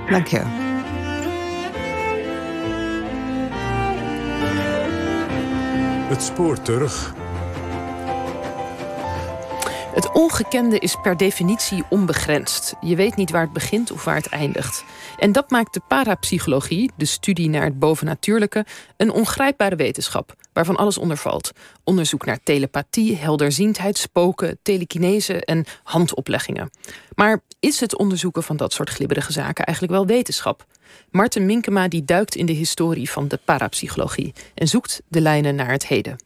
Dank je. Het spoor terug. Het ongekende is per definitie onbegrensd. Je weet niet waar het begint of waar het eindigt. En dat maakt de parapsychologie, de studie naar het bovennatuurlijke, een ongrijpbare wetenschap, waarvan alles onder valt. Onderzoek naar telepathie, helderziendheid, spoken, telekinese en handopleggingen. Maar is het onderzoeken van dat soort glibberige zaken eigenlijk wel wetenschap? Marten Minkema die duikt in de historie van de parapsychologie en zoekt de lijnen naar het heden.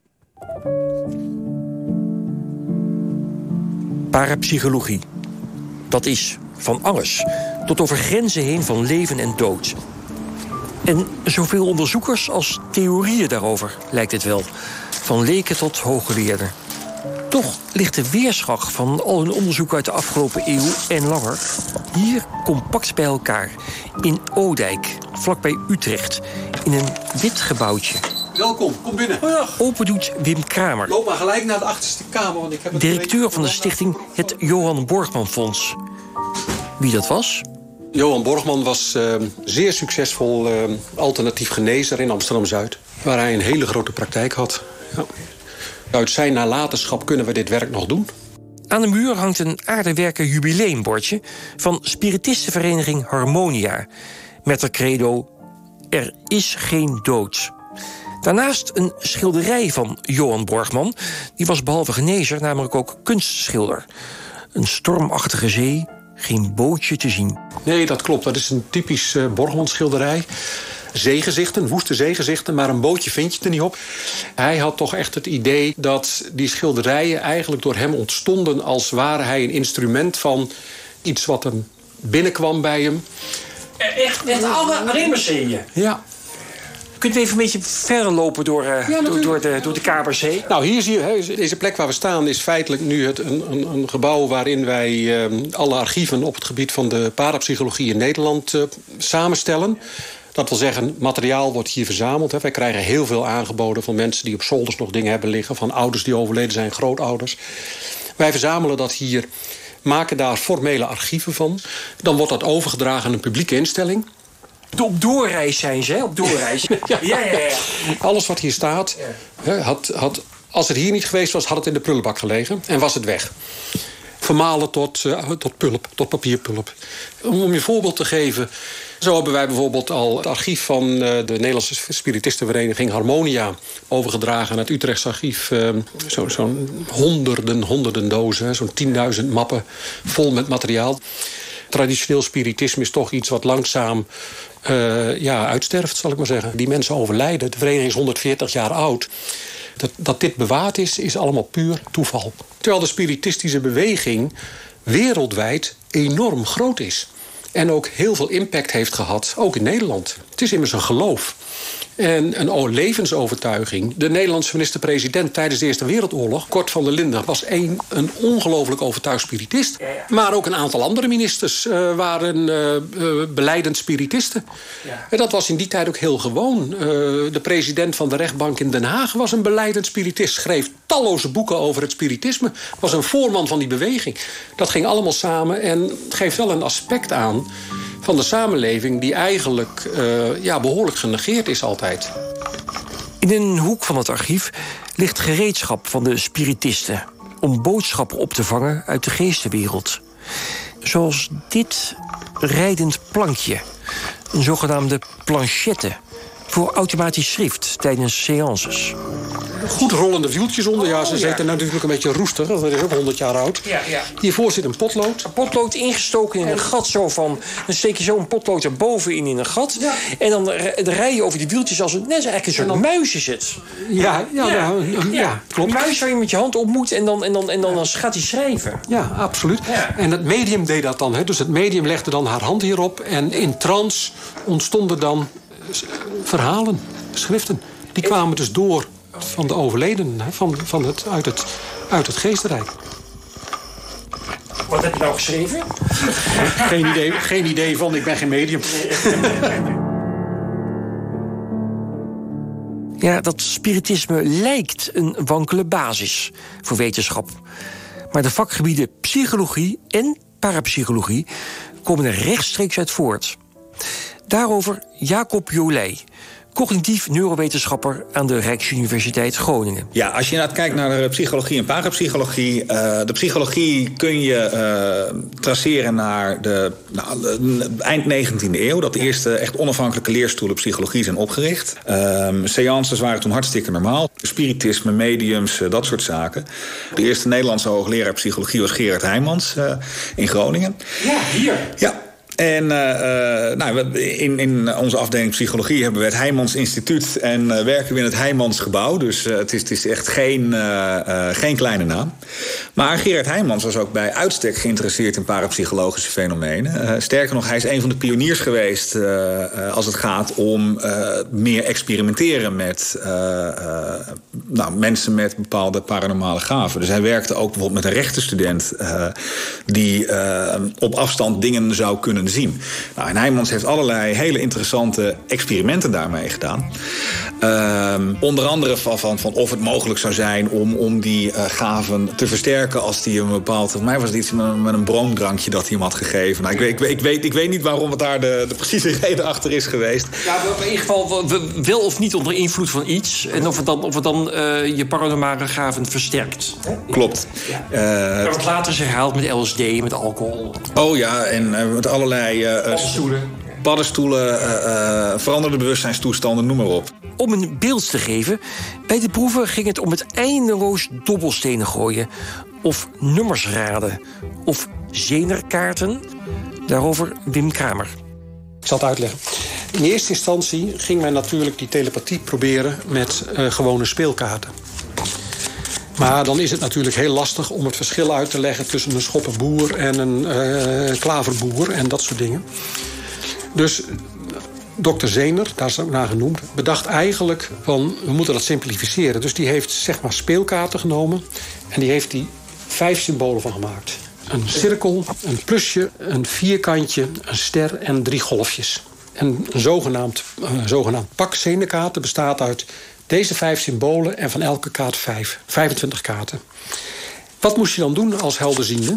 Parapsychologie. Dat is van alles, tot over grenzen heen van leven en dood. En zoveel onderzoekers als theorieën daarover, lijkt het wel. Van leken tot hooggeleerden. Toch ligt de weerslag van al hun onderzoek uit de afgelopen eeuw en langer hier compact bij elkaar. In Odijk, vlakbij Utrecht. In een wit gebouwtje. Welkom, kom binnen. Open doet Wim Kramer. Loop maar gelijk naar de achterste kamer. Want ik heb directeur van de stichting Het Johan Borgman Fonds. Wie dat was? Johan Borgman was zeer succesvol alternatief genezer in Amsterdam-Zuid. Waar hij een hele grote praktijk had. Ja. Uit zijn nalatenschap kunnen we dit werk nog doen. Aan de muur hangt een aardewerken jubileumbordje van spiritistenvereniging Harmonia. Met het credo: er is geen dood. Daarnaast een schilderij van Johan Borgman. Die was behalve genezer namelijk ook kunstschilder. Een stormachtige zee, geen bootje te zien. Nee, dat klopt. Dat is een typisch Borgman-schilderij. Zeegezichten, woeste zeegezichten, maar een bootje vind je er niet op. Hij had toch echt het idee dat die schilderijen eigenlijk door hem ontstonden als ware hij een instrument van iets wat hem binnenkwam bij hem. Echt alle Rimmerzeeën? Ja. Kunt u even een beetje verder lopen door de Kaberzee? Nou, hier zie je, deze plek waar we staan is feitelijk nu een gebouw waarin wij alle archieven op het gebied van de parapsychologie in Nederland samenstellen. Dat wil zeggen, materiaal wordt hier verzameld. Wij krijgen heel veel aangeboden van mensen die op zolders nog dingen hebben liggen, van ouders die overleden zijn, grootouders. Wij verzamelen dat hier, maken daar formele archieven van. Dan wordt dat overgedragen aan een publieke instelling. Op doorreis zijn ze, hè? Op doorreis. Ja. Alles wat hier staat, als het hier niet geweest was, had het in de prullenbak gelegen en was het weg. Vermalen tot pulp, tot papierpulp. Om je een voorbeeld te geven, zo hebben wij bijvoorbeeld al het archief van de Nederlandse spiritistenvereniging Harmonia overgedragen aan het Utrechtse archief. Zo'n honderden dozen, zo'n 10.000 mappen vol met materiaal. Traditioneel spiritisme is toch iets wat langzaam uitsterft, zal ik maar zeggen. Die mensen overlijden. De vereniging is 140 jaar oud. Dat dit bewaard is allemaal puur toeval. Terwijl de spiritistische beweging wereldwijd enorm groot is. En ook heel veel impact heeft gehad, ook in Nederland. Het is immers een geloof. En een levensovertuiging. De Nederlandse minister-president tijdens de Eerste Wereldoorlog, Cort van der Linden, was een ongelooflijk overtuigd spiritist. Maar ook een aantal andere ministers waren belijdend spiritisten. Ja. En dat was in die tijd ook heel gewoon. De president van de rechtbank in Den Haag was een belijdend spiritist. Schreef talloze boeken over het spiritisme. Was een voorman van die beweging. Dat ging allemaal samen en geeft wel een aspect aan van de samenleving die eigenlijk behoorlijk genegeerd is altijd. In een hoek van het archief ligt gereedschap van de spiritisten om boodschappen op te vangen uit de geestenwereld. Zoals dit rijdend plankje, een zogenaamde planchette voor automatisch schrift tijdens séances. Goed rollende wieltjes onder. Ja, ze zitten natuurlijk een beetje roestig. Dat is ook 100 jaar oud. Ja. Hiervoor zit een potlood. Een potlood ingestoken in een gat zo van. Dan steek je zo een potlood erboven in een gat. Ja. En dan rij je over die wieltjes als net eigenlijk een soort muis is het. Ja, klopt. Een muis waar je met je hand op moet en dan gaat hij schrijven. Ja, absoluut. Ja. En het medium deed dat dan. Dus het medium legde dan haar hand hierop. En in trance ontstonden dan verhalen, schriften. Die kwamen dus door van de overledenen, uit het geestenrijk. Wat heb je nou geschreven? Geen idee van, ik ben geen medium. Ja, dat spiritisme lijkt een wankele basis voor wetenschap. Maar de vakgebieden psychologie en parapsychologie komen er rechtstreeks uit voort. Daarover Jacob Jolijy, cognitief neurowetenschapper aan de Rijksuniversiteit Groningen. Ja, als je inderdaad kijkt naar de psychologie en parapsychologie. De psychologie kun je traceren naar de eind 19e eeuw. Dat de eerste echt onafhankelijke leerstoelen psychologie zijn opgericht. Seances waren toen hartstikke normaal. Spiritisme, mediums, dat soort zaken. De eerste Nederlandse hoogleraar psychologie was Gerard Heymans in Groningen. Ja, hier. Ja. En in onze afdeling psychologie hebben we het Heymans Instituut en werken we in het Heymans gebouw. Dus het is echt geen kleine naam. Maar Gerard Heymans was ook bij uitstek geïnteresseerd in parapsychologische fenomenen. Sterker nog, hij is een van de pioniers geweest als het gaat om meer experimenteren met mensen met bepaalde paranormale gaven. Dus hij werkte ook bijvoorbeeld met een rechtenstudent die op afstand dingen zou kunnen zien. En Heymans heeft allerlei hele interessante experimenten daarmee gedaan. Onder andere van of het mogelijk zou zijn om die gaven te versterken als die een bepaald... Voor mij was het iets met een broomdrankje dat hij hem had gegeven. Nou, ik weet niet waarom het daar de precieze reden achter is geweest. Ja, in ieder geval wel of niet onder invloed van iets. En of het dan je paranormale gaven versterkt. Klopt. Wat later is herhaald met LSD, met alcohol. Oh ja, en met allerlei... paddenstoelen, veranderde bewustzijnstoestanden, noem maar op. Om een beeld te geven, bij de proeven ging het om het eindeloos dobbelstenen gooien, of nummers raden, of zenerkaarten. Daarover Wim Kramer. Ik zal het uitleggen. In eerste instantie ging men natuurlijk die telepathie proberen met gewone speelkaarten. Maar dan is het natuurlijk heel lastig om het verschil uit te leggen tussen een schoppenboer en een klaverboer en dat soort dingen. Dus Dr. Zener, daar is het ook naar genoemd, bedacht eigenlijk van we moeten dat simplificeren. Dus die heeft zeg maar speelkaarten genomen en die heeft die 5 symbolen van gemaakt. Een cirkel, een plusje, een vierkantje, een ster en 3 golfjes. En een zogenaamd pak zenerkaarten bestaat uit deze 5 symbolen en van elke kaart 25 kaarten. Wat moest je dan doen als helderziende?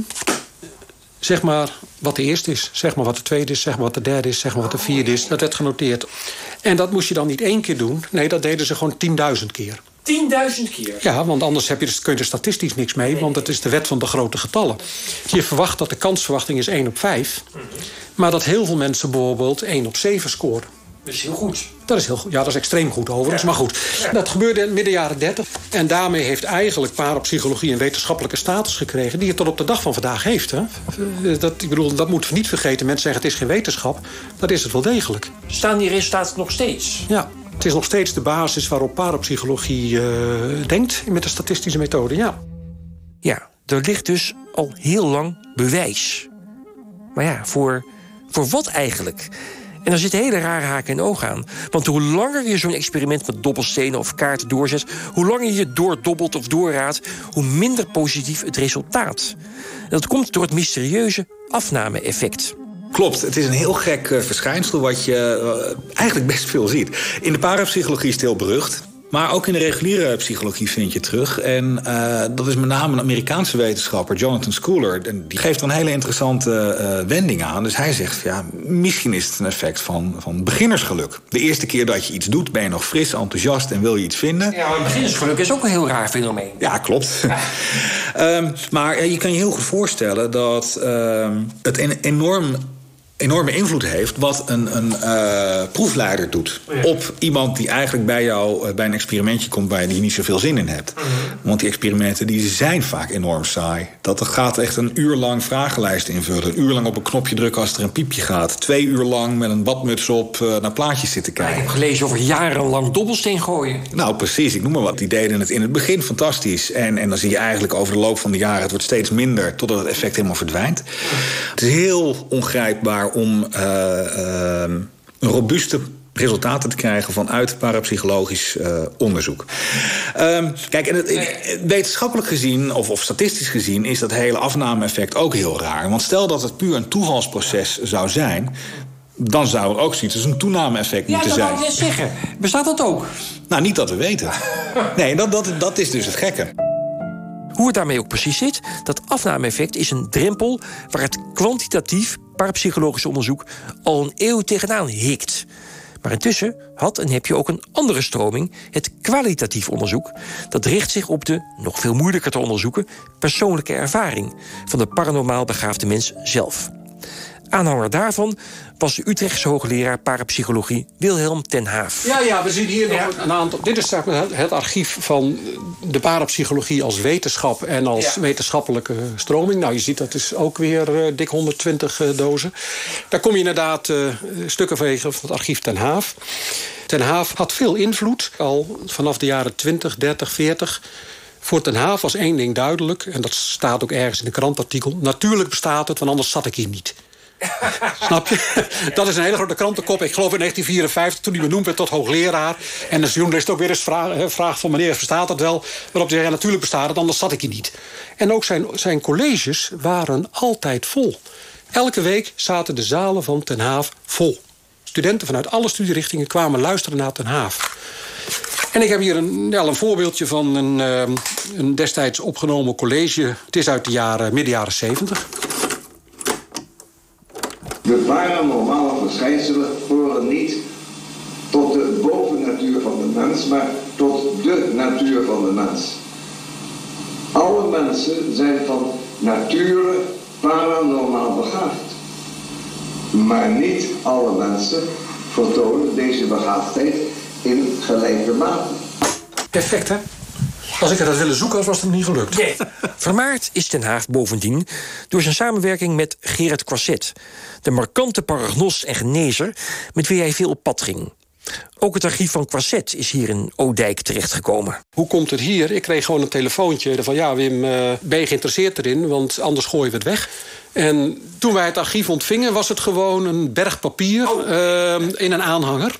Zeg maar wat de eerste is, zeg maar wat de tweede is, zeg maar wat de derde is, zeg maar wat de vierde is. Dat werd genoteerd. En dat moest je dan niet 1 keer doen. Nee, dat deden ze gewoon 10.000 keer. 10.000 keer? Ja, want anders kun je er statistisch niks mee, want het is de wet van de grote getallen. Je verwacht dat de kansverwachting is 1 op 5. Maar dat heel veel mensen bijvoorbeeld 1 op 7 scoren. Dat is heel goed. Dat is heel goed. Ja, dat is extreem goed overigens, ja. Maar goed. Ja. Dat gebeurde in midden jaren 30. En daarmee heeft eigenlijk parapsychologie een wetenschappelijke status gekregen die het tot op de dag van vandaag heeft. Hè? Dat moeten we niet vergeten. Mensen zeggen het is geen wetenschap. Dat is het wel degelijk. Staan die resultaten nog steeds? Ja. Het is nog steeds de basis waarop parapsychologie denkt met de statistische methode, ja. Ja, er ligt dus al heel lang bewijs. Maar ja, voor wat eigenlijk? En er zitten hele rare haken en ogen aan. Want hoe langer je zo'n experiment met dobbelstenen of kaarten doorzet, hoe langer je doordobbelt of doorraadt, hoe minder positief het resultaat. En dat komt door het mysterieuze afname-effect. Klopt, het is een heel gek verschijnsel wat je eigenlijk best veel ziet. In de parapsychologie is het heel berucht. Maar ook in de reguliere psychologie vind je het terug. En dat is met name een Amerikaanse wetenschapper, Jonathan Schooler. En die geeft er een hele interessante wending aan. Dus hij zegt, ja, misschien is het een effect van beginnersgeluk. De eerste keer dat je iets doet, ben je nog fris, enthousiast en wil je iets vinden. Ja, maar beginnersgeluk is ook een heel raar fenomeen. Ja, klopt. Ja. Maar je kan je heel goed voorstellen dat het een enorme invloed heeft wat een proefleider doet. Ja. Op iemand die eigenlijk bij jou bij een experimentje komt waar je niet zoveel zin in hebt. Want die experimenten die zijn vaak enorm saai. Dat gaat echt een uur lang vragenlijst invullen. Een uur lang op een knopje drukken als er een piepje gaat. 2 uur lang met een badmuts op naar plaatjes zitten kijken. Ik heb gelezen over jarenlang dobbelsteen gooien. Nou, precies. Ik noem maar wat. Die deden het in het begin fantastisch. En dan zie je eigenlijk over de loop van de jaren, het wordt steeds minder totdat het effect helemaal verdwijnt. Het is heel ongrijpbaar om robuuste resultaten te krijgen vanuit parapsychologisch onderzoek. Kijk, en wetenschappelijk gezien, of statistisch gezien, is dat hele afname-effect ook heel raar. Want stel dat het puur een toevalsproces zou zijn, dan zou er ook zoiets als een toename-effect moeten zijn. Ja, dat wou ik net zeggen. Bestaat dat ook? Nou, niet dat we weten. Nee, dat is dus het gekke. Hoe het daarmee ook precies zit, dat afname-effect is een drempel waar het kwantitatief parapsychologische onderzoek al een eeuw tegenaan hikt. Maar intussen had en heb je ook een andere stroming, het kwalitatief onderzoek. Dat richt zich op de, nog veel moeilijker te onderzoeken, persoonlijke ervaring van de paranormaal begaafde mens zelf. Aanhanger daarvan was de Utrechtse hoogleraar parapsychologie Wilhelm ten Haaf. Ja, we zien hier nog een aantal. Dit is het archief van de parapsychologie als wetenschap en als wetenschappelijke stroming. Nou, je ziet dat is ook weer dik 120 dozen. Daar kom je inderdaad stukken van het archief ten Haaf. Ten Haaf had veel invloed, al vanaf de jaren 20, 30, 40... Voor ten Haaf was één ding duidelijk, en dat staat ook ergens in een krantartikel. Natuurlijk bestaat het, want anders zat ik hier niet. Snap je? Dat is een hele grote krantenkop. Ik geloof in 1954, toen hij benoemd werd tot hoogleraar. En de journalist ook weer eens vraagt van meneer, bestaat dat wel? Waarop hij zei, ja, natuurlijk bestaat het, anders zat ik hier niet. En ook zijn colleges waren altijd vol. Elke week zaten de zalen van ten Haaf vol. Studenten vanuit alle studierichtingen kwamen luisteren naar ten Haaf. En ik heb hier een voorbeeldje van een destijds opgenomen college. Het is uit de midden jaren 70. De paranormale verschijnselen horen niet tot de bovennatuur van de mens, maar tot de natuur van de mens. Alle mensen zijn van nature paranormaal begaafd. Maar niet alle mensen vertonen deze begaafdheid in gelijke mate. Perfect, hè? Als ik het had willen zoeken, was het niet gelukt. Nee. Vermaard is ten Haaf bovendien door zijn samenwerking met Gerard Croiset, de markante paragnost en genezer met wie hij veel op pad ging. Ook het archief van Croiset is hier in Oudijk terechtgekomen. Hoe komt het hier? Ik kreeg gewoon een telefoontje van, ja, Wim, ben je geïnteresseerd erin? Want anders gooien we het weg. En toen wij het archief ontvingen, was het gewoon een berg papier in een aanhanger.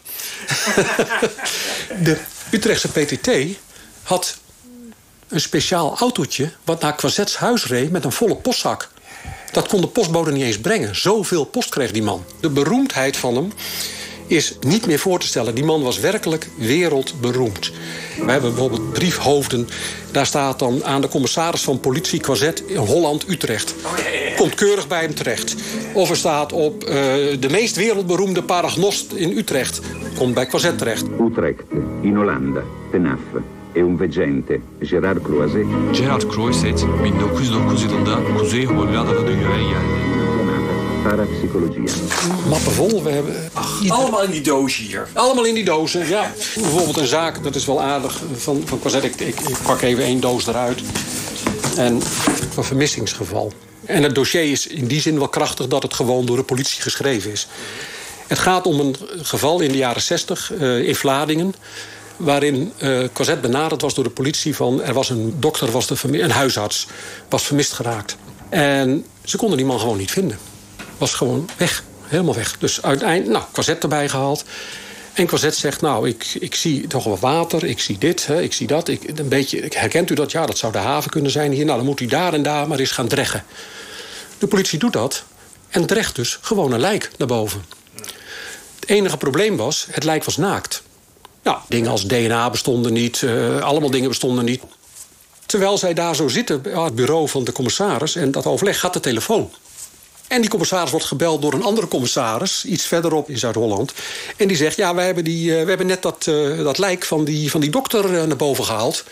De Utrechtse PTT had een speciaal autootje wat naar Croisets huis reed met een volle postzak. Dat kon de postbode niet eens brengen. Zoveel post kreeg die man. De beroemdheid van hem is niet meer voor te stellen. Die man was werkelijk wereldberoemd. We hebben bijvoorbeeld briefhoofden. Daar staat dan aan de commissaris van politie Croiset in Holland, Utrecht. Komt keurig bij hem terecht. Of er staat op de meest wereldberoemde paragnost in Utrecht. Komt bij Croiset terecht. Utrecht, in Hollanda, ten Haaf. E un veggente, Gerard Croiset. Gerard Croiset, 1909 yılında Kuzey Hollanda'da dünyaya geldi. Parapsychologia. Mappen vol, we hebben... Allemaal in die doos hier. Allemaal in die dozen, ja. Bijvoorbeeld een zaak, dat is wel aardig, van Croiset. Ik pak even 1 doos eruit. En een vermissingsgeval. En het dossier is in die zin wel krachtig dat het gewoon door de politie geschreven is. Het gaat om een geval in de jaren 60 in Vlaardingen, waarin Croiset benaderd was door de politie van, er was een dokter, een huisarts, was vermist geraakt. En ze konden die man gewoon niet vinden. Was gewoon weg, helemaal weg. Dus uiteindelijk, Croiset erbij gehaald. En Croiset zegt, ik zie toch wat water, ik zie dit, ik zie dat. Een beetje, herkent u dat? Ja, dat zou de haven kunnen zijn hier. Nou, dan moet u daar en daar maar eens gaan dreggen. De politie doet dat en dregt dus gewoon een lijk naar boven. Het enige probleem was, het lijk was naakt. Nou, dingen als DNA bestonden niet, allemaal dingen bestonden niet. Terwijl zij daar zo zitten aan het bureau van de commissaris en dat overleg, gaat de telefoon. En die commissaris wordt gebeld door een andere commissaris, iets verderop in Zuid-Holland. En die zegt, ja, we hebben net dat lijk van die dokter naar boven gehaald.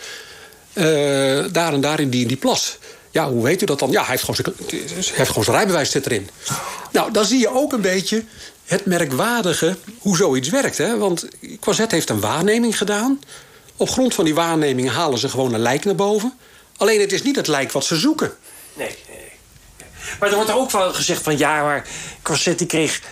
Daar en daar in die plas. Ja, hoe weet u dat dan? Ja, hij heeft gewoon zijn rijbewijs zit erin. Nou, dan zie je ook een beetje het merkwaardige hoe zoiets werkt. Hè? Want Croiset heeft een waarneming gedaan. Op grond van die waarneming halen ze gewoon een lijk naar boven. Alleen het is niet het lijk wat ze zoeken. Nee. Maar er wordt er ook wel gezegd van, ja, maar Croiset die kreeg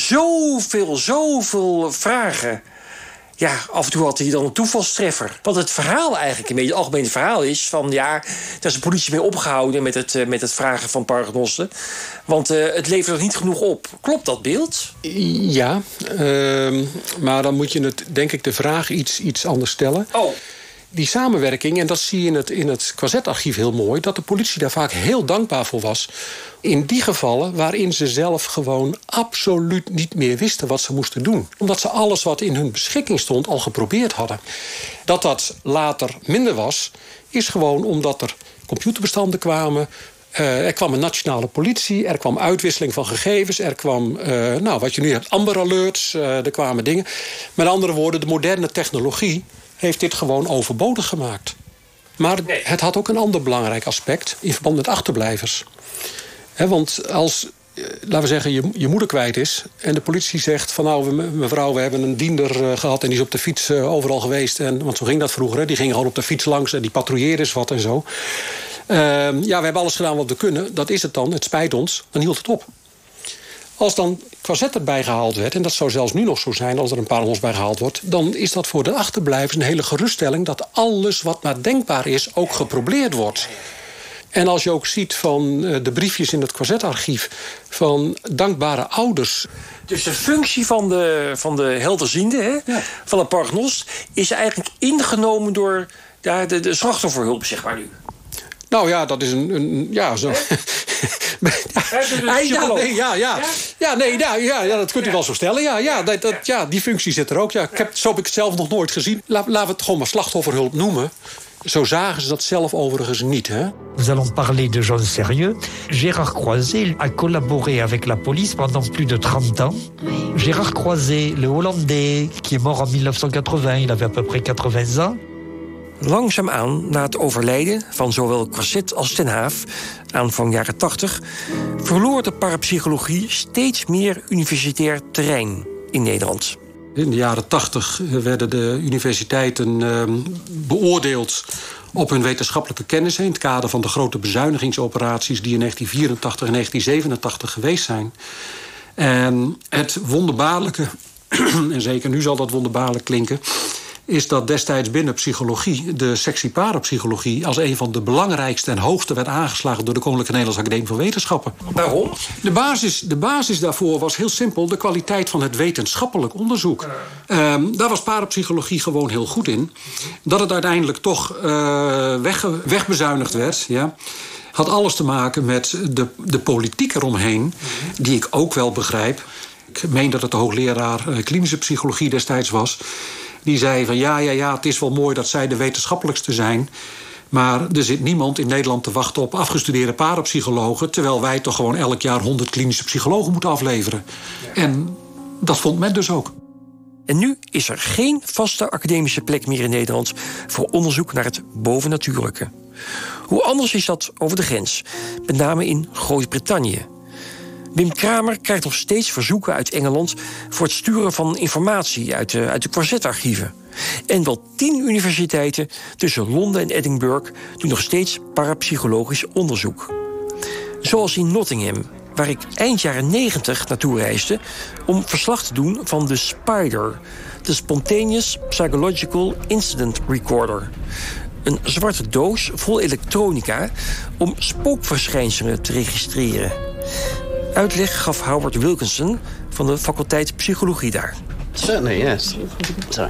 zoveel vragen. Ja, af en toe had hij dan een toevalstreffer. Want het verhaal eigenlijk, een beetje het algemene verhaal is van, ja, daar is de politie mee opgehouden met het vragen van paragnosten. Want het levert er niet genoeg op. Klopt dat beeld? Ja, maar dan moet je denk ik de vraag iets anders stellen. Oh. Die samenwerking, en dat zie je in het Croiset-archief heel mooi, dat de politie daar vaak heel dankbaar voor was. In die gevallen waarin ze zelf gewoon absoluut niet meer wisten wat ze moesten doen. Omdat ze alles wat in hun beschikking stond al geprobeerd hadden. Dat later minder was, is gewoon omdat er computerbestanden kwamen. Er kwam een nationale politie, er kwam uitwisseling van gegevens, er kwam, wat je nu hebt, Amber Alerts, er kwamen dingen. Met andere woorden, de moderne technologie heeft dit gewoon overbodig gemaakt. Maar het had ook een ander belangrijk aspect in verband met achterblijvers. Want als, laten we zeggen, je moeder kwijt is en de politie zegt van nou, mevrouw, we hebben een diender gehad en die is op de fiets overal geweest. Want zo ging dat vroeger, die ging gewoon op de fiets langs en die patrouilleerde eens wat en zo. We hebben alles gedaan wat we kunnen, dat is het dan, het spijt ons, dan hield het op. Als dan Croiset erbij gehaald werd, en dat zou zelfs nu nog zo zijn als er een Paranos bij gehaald wordt, dan is dat voor de achterblijvers een hele geruststelling dat alles wat maar denkbaar is ook geprobeerd wordt. En als je ook ziet van de briefjes in het Croiset-archief van dankbare ouders. Dus de functie van de helderziende, van een paragnost, is eigenlijk ingenomen door de slachtofferhulp, zeg maar nu. Nou ja, dat is zo. Dat kunt u wel zo stellen. Die functie zit er ook. Ja, zo heb ik het zelf nog nooit gezien. Laten we het gewoon maar slachtofferhulp noemen. Zo zagen ze dat zelf overigens niet, hè? Nous allons parler de gens sérieux. Gérard Croiset a collaboré avec la police pendant plus de 30 ans. Gérard Croiset, le Hollandais, qui est mort en 1980, il avait à peu près 80 ans. Langzaamaan, na het overlijden van zowel Croiset als Ten Haaf, aanvang jaren 80, verloor de parapsychologie steeds meer universitair terrein in Nederland. In de jaren 80 werden de universiteiten beoordeeld op hun wetenschappelijke kennis in het kader van de grote bezuinigingsoperaties die in 1984 en 1987 geweest zijn. En het wonderbaarlijke, en zeker nu zal dat wonderbaarlijk klinken, is dat destijds binnen psychologie de sectie parapsychologie als een van de belangrijkste en hoogste werd aangeslagen door de Koninklijke Nederlandse Academie van Wetenschappen. Waarom? De basis daarvoor was heel simpel de kwaliteit van het wetenschappelijk onderzoek. Daar was parapsychologie gewoon heel goed in. Dat het uiteindelijk toch wegbezuinigd werd, had alles te maken met de politiek eromheen, die ik ook wel begrijp. Ik meen dat het de hoogleraar klinische psychologie destijds was. Die zei van het is wel mooi dat zij de wetenschappelijkste zijn, maar er zit niemand in Nederland te wachten op afgestudeerde parapsychologen, terwijl wij toch gewoon elk jaar 100 klinische psychologen moeten afleveren. En dat vond men dus ook. En nu is er geen vaste academische plek meer in Nederland voor onderzoek naar het bovennatuurlijke. Hoe anders is dat over de grens, met name in Groot-Brittannië. Wim Kramer krijgt nog steeds verzoeken uit Engeland voor het sturen van informatie uit de Croiset-archieven. En wel 10 universiteiten tussen Londen en Edinburgh doen nog steeds parapsychologisch onderzoek. Zoals in Nottingham, waar ik eind jaren 90 naartoe reisde om verslag te doen van de Spider, de Spontaneous Psychological Incident Recorder. Een zwarte doos vol elektronica om spookverschijnselen te registreren. Uitleg gaf Howard Wilkinson van de faculteit psychologie daar. Certainly, yes. Sorry.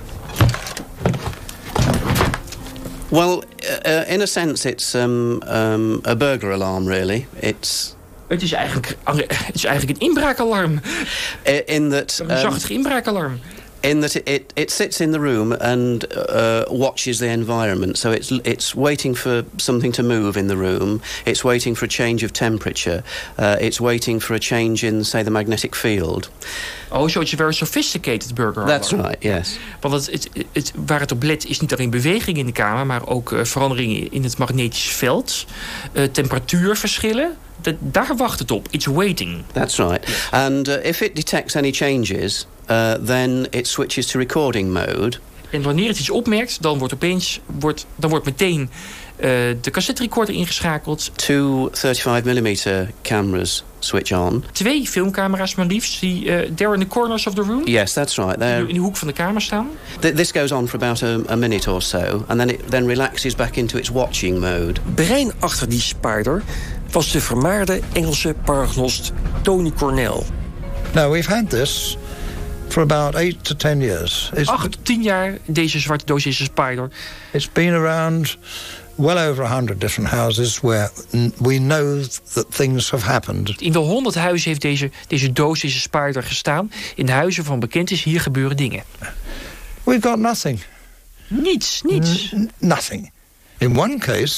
Well, in a sense, it's a burglar alarm, really. Het is eigenlijk een inbraakalarm. In that, een zacht inbraakalarm. In that it sits in the room and watches the environment. So it's waiting for something to move in the room. It's waiting for a change of temperature. It's waiting for a change in, say, the magnetic field. Oh, so it's a very sophisticated burglar alarm. That's right, yes. Want waar het op let is niet alleen beweging in de kamer, maar ook veranderingen in het magnetisch veld, temperatuurverschillen. Daar wacht het op. It's waiting. That's right. Yes. And if it detects any changes, then it switches to recording mode. En wanneer het iets opmerkt, dan wordt meteen de cassette recorder ingeschakeld. 2 35mm cameras switch on. 2 filmcamera's maar liefst, die they're in the corners of the room. Yes, that's right. In de hoek van de kamer staan. This goes on for about a minute or so, and then it relaxes back into its watching mode. Brein achter die Spider was de vermaarde Engelse paragnost Tony Cornell. Now, we've had this for about 8 to 10 years. 8 tot 10 jaar, deze zwarte doos, deze Spider. It's been around well over 100 different houses where we know that things have happened. In de 100 huizen heeft deze doos, deze Spider gestaan. In de huizen van bekend is, hier gebeuren dingen. We've got nothing. Niets. Nothing. In one case,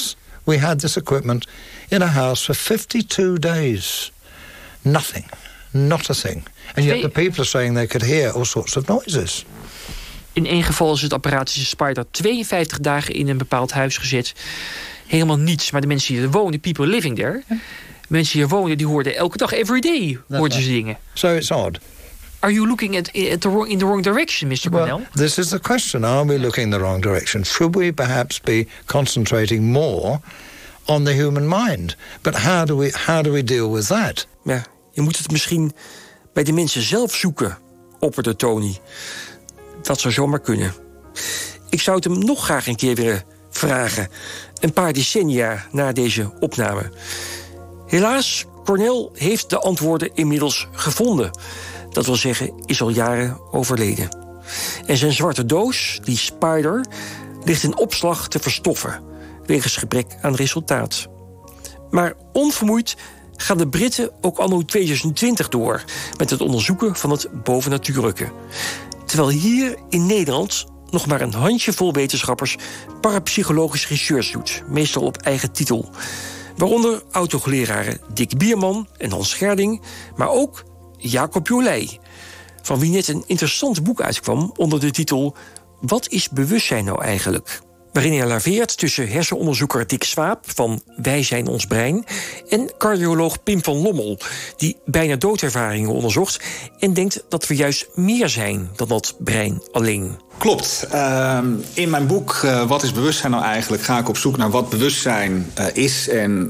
we had this equipment in a house for 52 days. Nothing. Not a thing. And yet the people are saying they could hear all sorts of noises. In één geval is het apparatische Spider 52 dagen in een bepaald huis gezet. Helemaal niets. Maar de mensen die er wonen, people living there... mensen die er wonen, die hoorden elke dag, every day, hoorden ze dingen. So it's odd. Are you looking in the wrong direction, Mr. Cornell? Well, this is the question. Are we looking in the wrong direction? Should we perhaps be concentrating more on the human mind? But how do we deal with that? Ja, je moet het misschien bij de mensen zelf zoeken, opperde Tony. Dat zou zomaar kunnen. Ik zou het hem nog graag een keer willen vragen. Een paar decennia na deze opname. Helaas, Cornell heeft de antwoorden inmiddels gevonden. Dat wil zeggen, is al jaren overleden. En zijn zwarte doos, die Spider, ligt in opslag te verstoffen, wegens gebrek aan resultaat. Maar onvermoeid gaan de Britten ook anno 2020 door met het onderzoeken van het bovennatuurlijke. Terwijl hier in Nederland nog maar een handjevol wetenschappers parapsychologisch research doet, meestal op eigen titel. Waaronder autohoogleraren Dick Bierman en Hans Scherding, maar ook Jacob Joly, van wie net een interessant boek uitkwam onder de titel Wat is bewustzijn nou eigenlijk? Waarin hij laveert tussen hersenonderzoeker Dick Swaap van Wij zijn ons brein en cardioloog Pim van Lommel, die bijna doodervaringen onderzocht en denkt dat we juist meer zijn dan dat brein alleen. Klopt. In mijn boek Wat is bewustzijn nou eigenlijk ga ik op zoek naar wat bewustzijn is en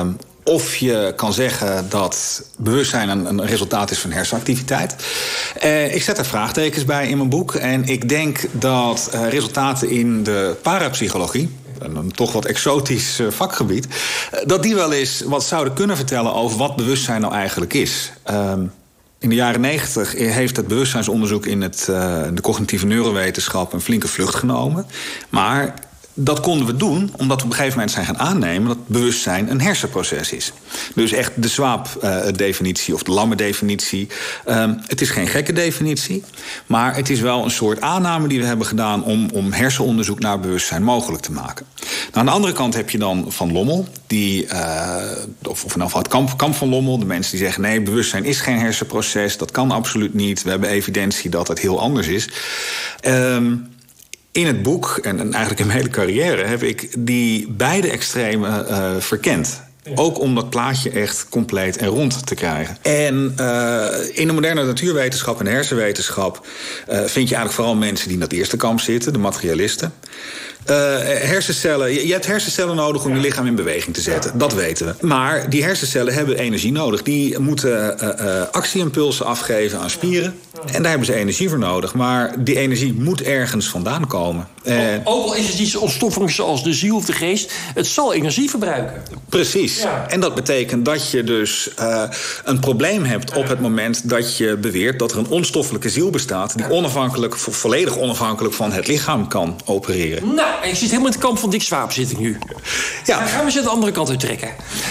of je kan zeggen dat bewustzijn een resultaat is van hersenactiviteit. Ik zet er vraagtekens bij in mijn boek. En ik denk dat resultaten in de parapsychologie, een toch wat exotisch vakgebied, dat die wel eens wat zouden kunnen vertellen over wat bewustzijn nou eigenlijk is. In de jaren 90 heeft het bewustzijnsonderzoek in de cognitieve neurowetenschap een flinke vlucht genomen. Maar dat konden we doen omdat we op een gegeven moment zijn gaan aannemen dat bewustzijn een hersenproces is. Dus echt de Swaap-definitie of de Lamme-definitie. Het is geen gekke definitie, maar het is wel een soort aanname die we hebben gedaan om hersenonderzoek naar bewustzijn mogelijk te maken. Nou, aan de andere kant heb je dan Van Lommel, of in het kamp van Lommel, de mensen die zeggen nee, bewustzijn is geen hersenproces, dat kan absoluut niet. We hebben evidentie dat het heel anders is. In het boek, en eigenlijk in mijn hele carrière, heb ik die beide extremen verkend. Ja. Ook om dat plaatje echt compleet en rond te krijgen. En in de moderne natuurwetenschap en de hersenwetenschap vind je eigenlijk vooral mensen die in dat eerste kamp zitten, de materialisten. Hersencellen, je hebt hersencellen nodig om je lichaam in beweging te zetten. Ja. Dat weten we. Maar die hersencellen hebben energie nodig. Die moeten actieimpulsen afgeven aan spieren. En daar hebben ze energie voor nodig. Maar die energie moet ergens vandaan komen. Ook al is het iets onstoffelijks zoals de ziel of de geest, het zal energie verbruiken. Precies. Ja. En dat betekent dat je dus een probleem hebt op het moment dat je beweert dat er een onstoffelijke ziel bestaat die volledig onafhankelijk van het lichaam kan opereren. Nou, ik zit helemaal in het kamp van Dick Swaap zit ik nu. Ja. Dan gaan we eens aan de andere kant uittrekken.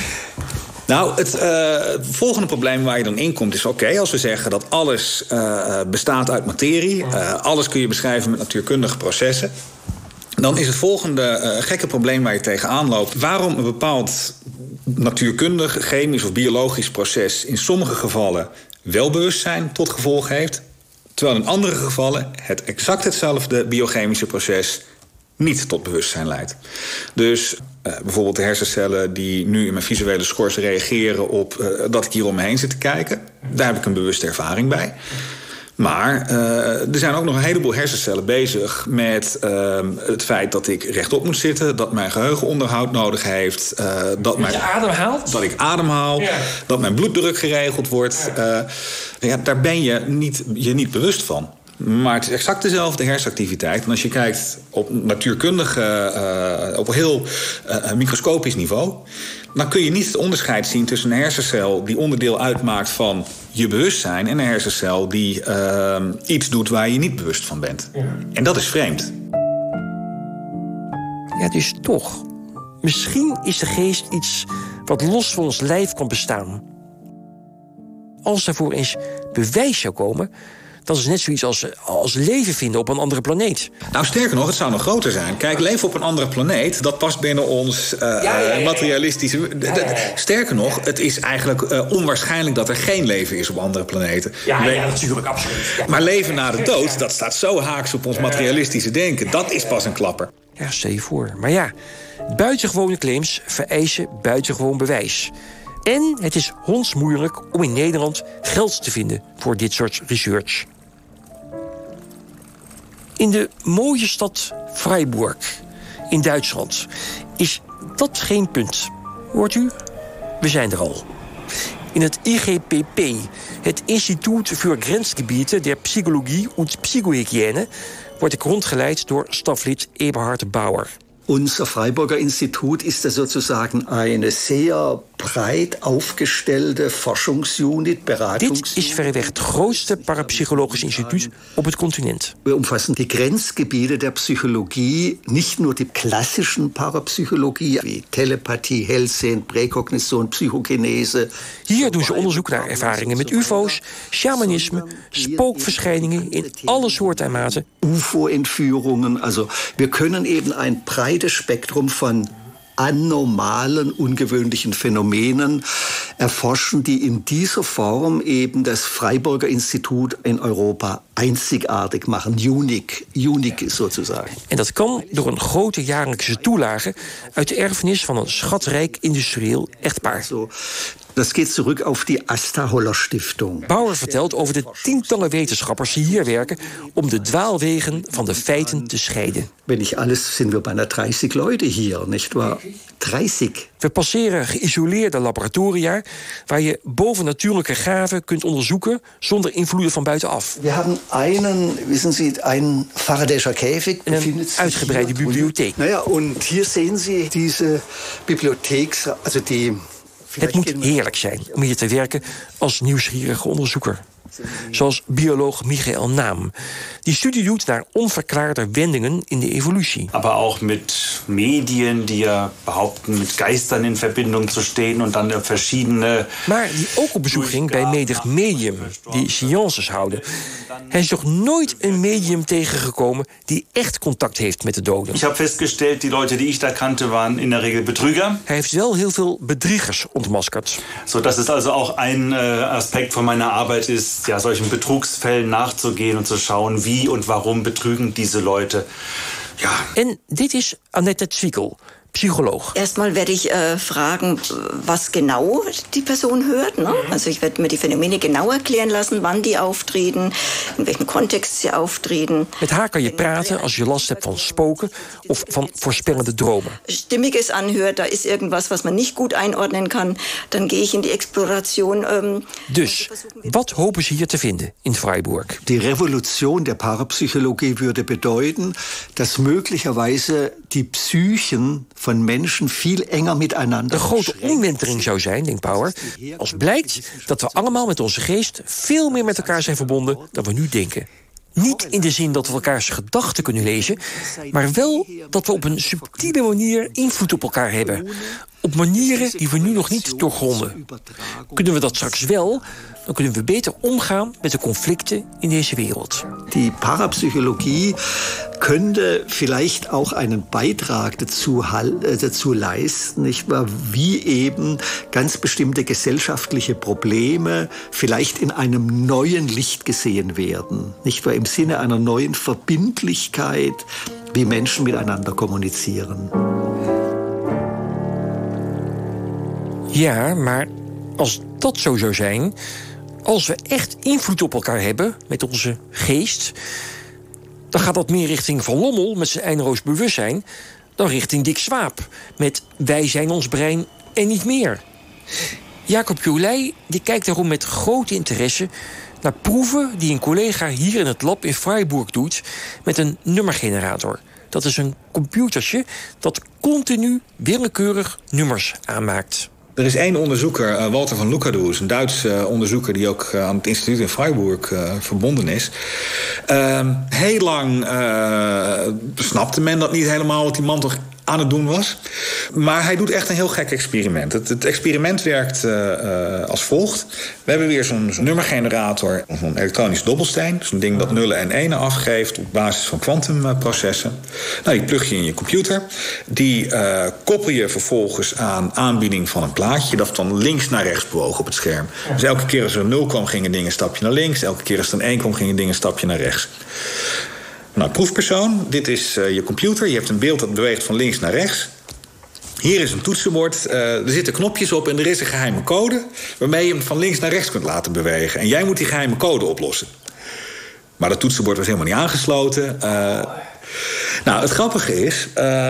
Nou, het volgende probleem waar je dan in komt is oké, als we zeggen dat alles bestaat uit materie, alles kun je beschrijven met natuurkundige processen, dan is het volgende gekke probleem waar je tegenaan loopt. Waarom een bepaald natuurkundig, chemisch of biologisch proces in sommige gevallen wel bewustzijn tot gevolg heeft, terwijl in andere gevallen het exact hetzelfde biochemische proces niet tot bewustzijn leidt. Dus bijvoorbeeld de hersencellen die nu in mijn visuele schors reageren op dat ik hier om me heen zit te kijken, daar heb ik een bewuste ervaring bij. Maar er zijn ook nog een heleboel hersencellen bezig met het feit dat ik rechtop moet zitten, dat mijn geheugen onderhoud nodig heeft, dat je ademhaalt? Dat ik ademhaal, ja. Dat mijn bloeddruk geregeld wordt. Daar ben je niet bewust van. Maar het is exact dezelfde hersenactiviteit. En als je kijkt op natuurkundige, op een heel microscopisch niveau, dan kun je niet het onderscheid zien tussen een hersencel die onderdeel uitmaakt van je bewustzijn en een hersencel die iets doet waar je niet bewust van bent. Ja. En dat is vreemd. Ja, dus toch. Misschien is de geest iets wat los van ons lijf kan bestaan. Als daarvoor eens bewijs zou komen, Dat is net zoiets als leven vinden op een andere planeet. Nou, sterker nog, het zou nog groter zijn. Kijk, leven op een andere planeet, dat past binnen ons materialistische... Sterker nog, het is eigenlijk onwaarschijnlijk dat er geen leven is op andere planeten. Ja, natuurlijk, absoluut. Ja. Maar leven na de dood, dat staat zo haaks op ons materialistische denken. Dat is pas een klapper. Ja, stel je voor. Maar ja, buitengewone claims vereisen buitengewoon bewijs. En het is hondsmoeilijk om in Nederland geld te vinden voor dit soort research. In de mooie stad Freiburg in Duitsland is dat geen punt. Hoort u? We zijn er al. In het IGPP, het Instituut für Grenzgebiete der Psychologie und Psychohygiene, word ik rondgeleid door staflid Eberhard Bauer. Unser Freiburger Institut ist sozusagen eine sehr breit aufgestellte Forschungsunit, Beratungsunit. Dit is verreweg het grootste parapsychologisch instituut op het continent. Wir umfassen die Grenzgebiete der Psychologie, nicht nur die klassischen Parapsychologie, wie Telepathie, Hellsehen, Präkognition, Psychokinese. Hier doen ze onderzoek naar ervaringen met ufo's, shamanisme, spookverschijningen in alle soorten en maten. UFO-Entführungen, also wir können eben ein breites Spektrum von anormalen, ungewöhnlichen Phänomenen erforschen, die in dieser Form eben das Freiburger Institut in Europa einzigartig machen, unique sozusagen. En dat kan door een grote jaarlijkse toelage uit de erfenis van een schatrijk industrieel echtpaar. Dat gaat terug op die Asta Holler Stiftung. Bauer vertelt over de tientallen wetenschappers die hier werken om de dwaalwegen van de feiten te scheiden. Wenn nicht alles, sind wir bijna 30 Leute hier, nicht wahr? 30. We passeren geïsoleerde laboratoria waar je bovennatuurlijke gaven kunt onderzoeken zonder invloeden van buitenaf. We hebben een Faraday'scher Käfig. En een uitgebreide bibliotheek. Nou ja, en hier zien Sie deze bibliotheek, also die... Het moet heerlijk zijn om hier te werken als nieuwsgierige onderzoeker. Zoals bioloog Michael Naam. Die studie doet naar onverklaarde wendingen in de evolutie. Maar ook met Medien die behaupten met Geistern in Verbindung te stehen en dan verschillende. Maar die ook op bezoek ging bij menig medium die seances houden. Hij is nog nooit een medium tegengekomen die echt contact heeft met de doden. Ik heb vastgesteld, die Leute die ik daar kannte waren in der Regel Betrüger. Hij heeft wel heel veel bedriegers ontmaskerd. So, dat is also ook een aspect van mijn arbeid is, ja, solchen Betrugsfällen nachzugehen und zu schauen, wie und warum betrügen diese Leute. Ja. En dit is Annette Zwickel, Psycholoog. Erstmal werde ich fragen, was genau die Person hört. Ne? Also ich werde mir die Phänomene genau erklären lassen, wann die auftreten, in welchem Kontext sie auftreten. Met haar kan je praten als je last hebt van spoken of van voorspellende dromen. Stimmiges anhört, da ist irgendwas, was man nicht gut einordnen kann. Dan gehe ich in die Exploration. Dus, wat hopen ze hier te vinden in Freiburg? Die Revolution der Parapsychologie würde bedeuten, dass möglicherweise die Psychen van mensen veel enger miteinander. Een grote omwenteling zou zijn, denkt Bauer, als blijkt dat we allemaal met onze geest veel meer met elkaar zijn verbonden dan we nu denken. Niet in de zin dat we elkaars gedachten kunnen lezen, maar wel dat we op een subtiele manier invloed op elkaar hebben. Op manieren die we nu nog niet doorgronden. Kunnen we dat straks wel, dan kunnen we beter omgaan met de conflicten in deze wereld. Die Parapsychologie könnte vielleicht auch einen Beitrag dazu leisten, nicht wahr? Wie eben ganz bestimmte gesellschaftliche Probleme vielleicht in einem neuen Licht gesehen werden, nicht wahr? Im Sinne einer neuen Verbindlichkeit, wie Menschen miteinander kommunizieren. Ja, maar als dat zo zou zijn, als we echt invloed op elkaar hebben met onze geest, dan gaat dat meer richting Van Lommel met zijn eindeloos bewustzijn dan richting Dick Swaap met wij zijn ons brein en niet meer. Jacob Jouley die kijkt daarom met grote interesse naar proeven die een collega hier in het lab in Freiburg doet met een nummergenerator. Dat is een computertje dat continu willekeurig nummers aanmaakt. Er is één onderzoeker, Walter van Lucadou, een Duits onderzoeker die ook aan het instituut in Freiburg verbonden is. Heel lang snapte men dat niet helemaal, wat die man toch aan het doen was. Maar hij doet echt een heel gek experiment. Het experiment werkt als volgt. We hebben weer zo'n nummergenerator, zo'n elektronisch dobbelsteen. Zo'n ding dat nullen en enen afgeeft op basis van kwantumprocessen. Nou, die plug je in je computer. Die koppel je vervolgens aan aanbieding van een plaatje dat van links naar rechts bewoog op het scherm. Dus elke keer als er een 0 kwam, ging een ding een stapje naar links. Elke keer als er een 1 kwam, ging een ding een stapje naar rechts. Nou, proefpersoon, dit is je computer. Je hebt een beeld dat beweegt van links naar rechts. Hier is een toetsenbord. Er zitten knopjes op en er is een geheime code waarmee je hem van links naar rechts kunt laten bewegen. En jij moet die geheime code oplossen. Maar dat toetsenbord was helemaal niet aangesloten. Nou, het grappige is,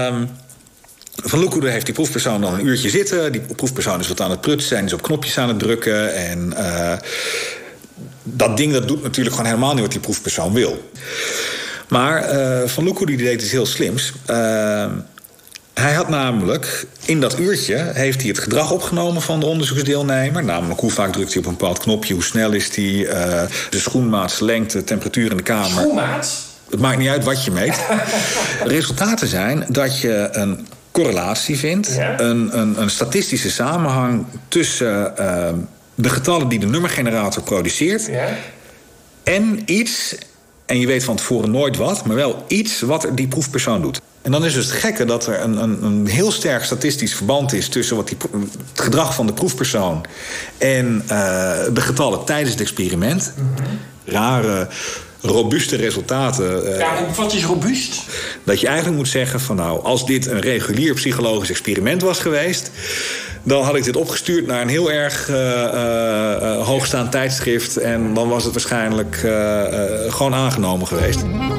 Van Loekoede heeft die proefpersoon dan een uurtje zitten. Die proefpersoon is wat aan het prutsen en is op knopjes aan het drukken. En dat ding dat doet natuurlijk gewoon helemaal niet wat die proefpersoon wil. Maar Van Loekoede deed iets heel slims. Hij had namelijk, in dat uurtje, heeft hij het gedrag opgenomen van de onderzoeksdeelnemer. Namelijk hoe vaak drukt hij op een bepaald knopje, hoe snel is hij, de schoenmaat, lengte, temperatuur in de kamer. Schoenmaat? Het maakt niet uit wat je meet. De resultaten zijn dat je een correlatie vindt, een statistische samenhang tussen de getallen die de nummergenerator produceert en iets, en je weet van tevoren nooit wat, maar wel iets wat die proefpersoon doet. En dan is dus het gekke dat er een heel sterk statistisch verband is tussen het gedrag van de proefpersoon en de getallen tijdens het experiment. Rare, robuuste resultaten. Wat is robuust? Dat je eigenlijk moet zeggen van nou, als dit een regulier psychologisch experiment was geweest, dan had ik dit opgestuurd naar een heel erg hoogstaand tijdschrift en dan was het waarschijnlijk gewoon aangenomen geweest.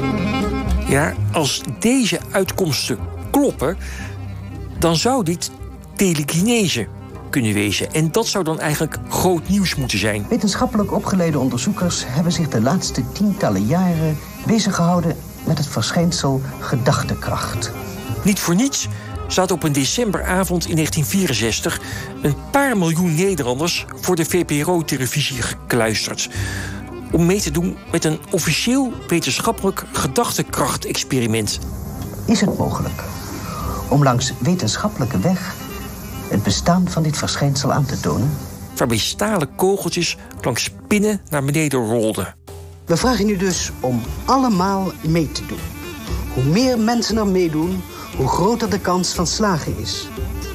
Ja, als deze uitkomsten kloppen, dan zou dit telekinese kunnen wezen. En dat zou dan eigenlijk groot nieuws moeten zijn. Wetenschappelijk opgeleide onderzoekers hebben zich de laatste tientallen jaren beziggehouden met het verschijnsel gedachtekracht. Niet voor niets zaten op een decemberavond in 1964 een paar miljoen Nederlanders voor de VPRO-televisie gekluisterd om mee te doen met een officieel wetenschappelijk gedachtekracht-experiment. Is het mogelijk om langs wetenschappelijke weg het bestaan van dit verschijnsel aan te tonen? Waarbij stalen kogeltjes langs pinnen naar beneden rolden. We vragen u dus om allemaal mee te doen. Hoe meer mensen er meedoen, hoe groter de kans van slagen is.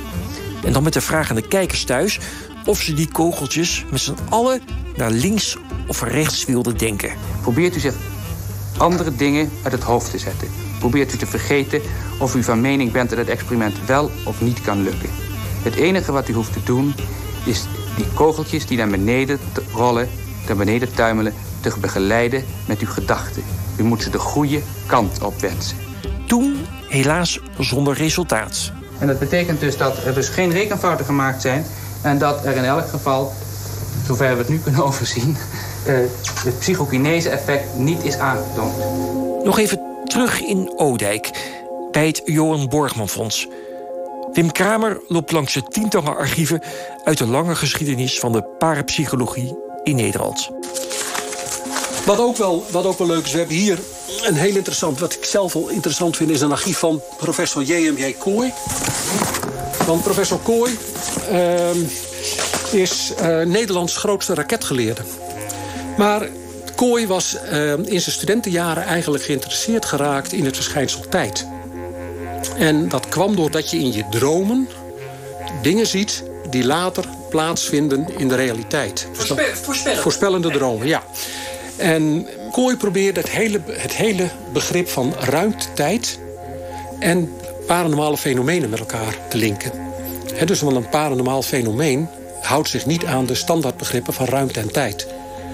En dan met de vraag aan de kijkers thuis of ze die kogeltjes met z'n allen naar links of rechts wilden denken. Probeert u zich andere dingen uit het hoofd te zetten. Probeert u te vergeten of u van mening bent dat het experiment wel of niet kan lukken. Het enige wat u hoeft te doen is die kogeltjes die naar beneden rollen, naar beneden tuimelen, te begeleiden met uw gedachten. U moet ze de goede kant op wensen. Toen helaas zonder resultaat. En dat betekent dus dat er dus geen rekenfouten gemaakt zijn en dat er in elk geval, zover we het nu kunnen overzien, het psychokinese-effect niet is aangetoond. Nog even terug in Odijk, bij het Johan Borgman Fonds. Wim Kramer loopt langs de tientallen archieven uit de lange geschiedenis van de parapsychologie in Nederland. Wat ook wel leuk is, we hebben hier een heel interessant, wat ik zelf wel interessant vind, is een archief van professor J.M.J. Kooi. Want professor Kooi is Nederlands grootste raketgeleerde. Maar Kooi was in zijn studentenjaren eigenlijk geïnteresseerd geraakt in het verschijnsel tijd. En dat kwam doordat je in je dromen dingen ziet die later plaatsvinden in de realiteit. Voorspellende dromen, ja. En Kooi probeerde het hele begrip van ruimte-tijd en paranormale fenomenen met elkaar te linken. Dus want een paranormaal fenomeen houdt zich niet aan de standaardbegrippen van ruimte en tijd.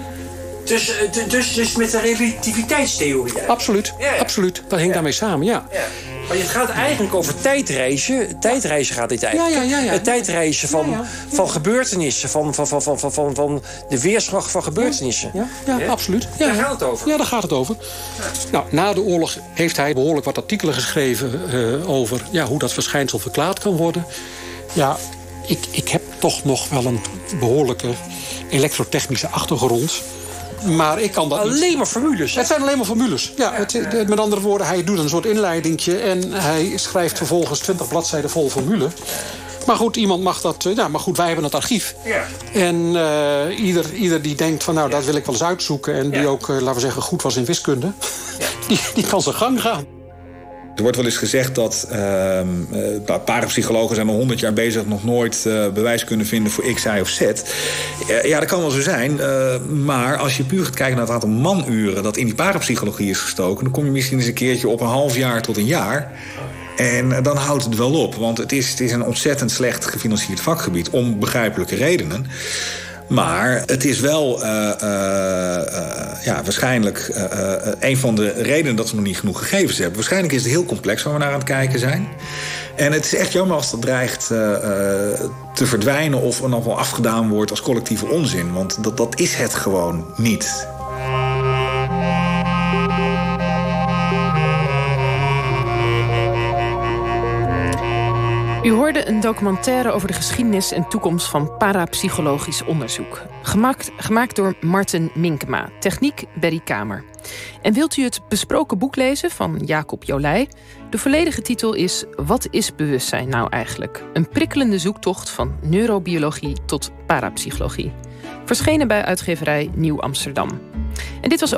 Dus met de relativiteitstheorie? Absoluut, absoluut. Dat hangt daarmee samen, ja. Maar het gaat eigenlijk over tijdreizen. Tijdreizen gaat dit eigenlijk. Het tijdreizen van gebeurtenissen. Van de weerslag van gebeurtenissen. Ja, absoluut. Ja, daar gaat het over. Ja, daar gaat het over. Nou, na de oorlog heeft hij behoorlijk wat artikelen geschreven over hoe dat verschijnsel verklaard kan worden. Ja, ik heb toch nog wel een behoorlijke elektrotechnische achtergrond. Maar ik kan dat niet. Alleen maar formules. Het zijn alleen maar formules. Ja, met andere woorden, hij doet een soort inleidingtje en hij schrijft vervolgens 20 bladzijden vol formule. Maar goed, iemand mag dat... maar goed, wij hebben het archief. Ja. En ieder die denkt van, nou, dat wil ik wel eens uitzoeken... en die ook, laten we zeggen, goed was in wiskunde... die kan zijn gang gaan. Er wordt wel eens gezegd dat parapsychologen zijn al 100 jaar bezig... nog nooit bewijs kunnen vinden voor X, Y of Z. Ja, dat kan wel zo zijn. Maar als je puur gaat kijken naar het aantal manuren... dat in die parapsychologie is gestoken... dan kom je misschien eens een keertje op een half jaar tot een jaar... En dan houdt het wel op, want het is een ontzettend slecht gefinancierd vakgebied... om begrijpelijke redenen. Maar het is wel waarschijnlijk een van de redenen dat we nog niet genoeg gegevens hebben. Waarschijnlijk is het heel complex waar we naar aan het kijken zijn. En het is echt jammer als dat dreigt te verdwijnen... of nog wel afgedaan wordt als collectieve onzin. Want dat is het gewoon niet. U hoorde een documentaire over de geschiedenis en toekomst van parapsychologisch onderzoek. Gemaakt door Marten Minkema. Techniek Berry Kamer. En wilt u het besproken boek lezen van Jacob Jolijt? De volledige titel is Wat is bewustzijn nou eigenlijk? Een prikkelende zoektocht van neurobiologie tot parapsychologie. Verschenen bij uitgeverij Nieuw Amsterdam. En dit was